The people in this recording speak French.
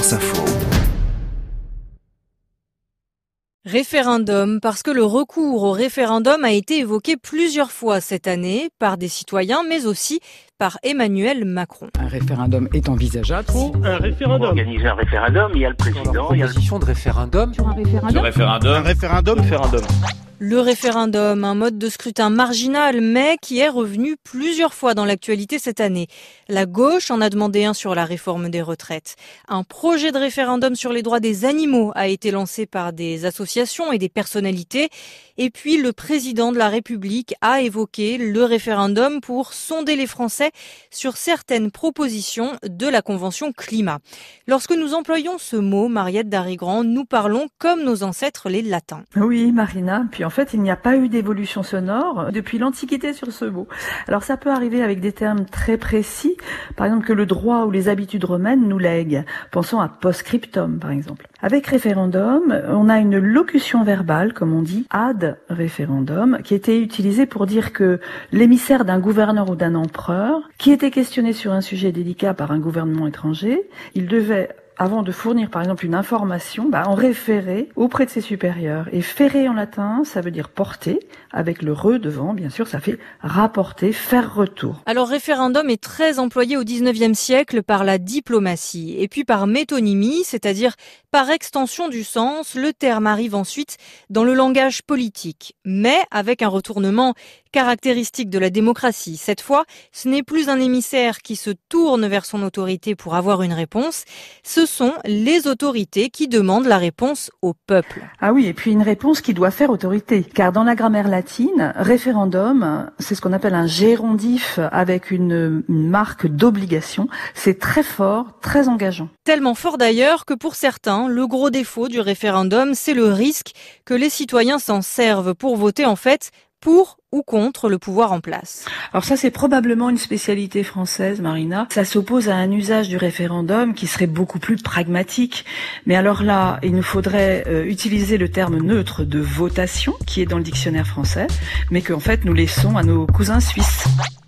France Info. Référendum, parce que le recours au référendum a été évoqué plusieurs fois cette année par des citoyens, mais aussi par Emmanuel Macron. Un référendum est envisageable. Un référendum. Pour organiser un référendum, il y a le président, il y a proposition de référendum. Sur un référendum. Un référendum. Le référendum, un mode de scrutin marginal, mais qui est revenu plusieurs fois dans l'actualité cette année. La gauche en a demandé un sur la réforme des retraites. Un projet de référendum sur les droits des animaux a été lancé par des associations et des personnalités. Et puis, le président de la République a évoqué le référendum pour sonder les Français sur certaines propositions de la Convention climat. Lorsque nous employons ce mot, Mariette Darigrand, nous parlons comme nos ancêtres les latins. Oui, Marina. Puis en fait, il n'y a pas eu d'évolution sonore depuis l'Antiquité sur ce mot. Alors ça peut arriver avec des termes très précis, par exemple que le droit ou les habitudes romaines nous lèguent. Pensons à post-scriptum, par exemple. Avec référendum, on a une locution verbale, comme on dit, ad référendum, qui était utilisée pour dire que l'émissaire d'un gouverneur ou d'un empereur, qui était questionné sur un sujet délicat par un gouvernement étranger, il devait, avant de fournir par exemple une information, en référer auprès de ses supérieurs. Et férer en latin, ça veut dire porter, avec le re devant, bien sûr, ça fait rapporter, faire retour. Alors référendum est très employé au 19e siècle par la diplomatie. Et puis par métonymie, c'est-à-dire par extension du sens, le terme arrive ensuite dans le langage politique. Mais avec un retournement caractéristique de la démocratie. Cette fois, ce n'est plus un émissaire qui se tourne vers son autorité pour avoir une réponse. Ce sont les autorités qui demandent la réponse au peuple. Ah oui, et puis une réponse qui doit faire autorité. Car dans la grammaire latine, référendum, c'est ce qu'on appelle un gérondif avec une marque d'obligation. C'est très fort, très engageant. Tellement fort d'ailleurs que pour certains, le gros défaut du référendum, c'est le risque que les citoyens s'en servent pour voter en fait pour ou contre le pouvoir en place. Alors ça, c'est probablement une spécialité française, Marina. Ça s'oppose à un usage du référendum qui serait beaucoup plus pragmatique. Mais alors là, il nous faudrait utiliser le terme neutre de votation, qui est dans le dictionnaire français, mais qu'en fait, nous laissons à nos cousins suisses.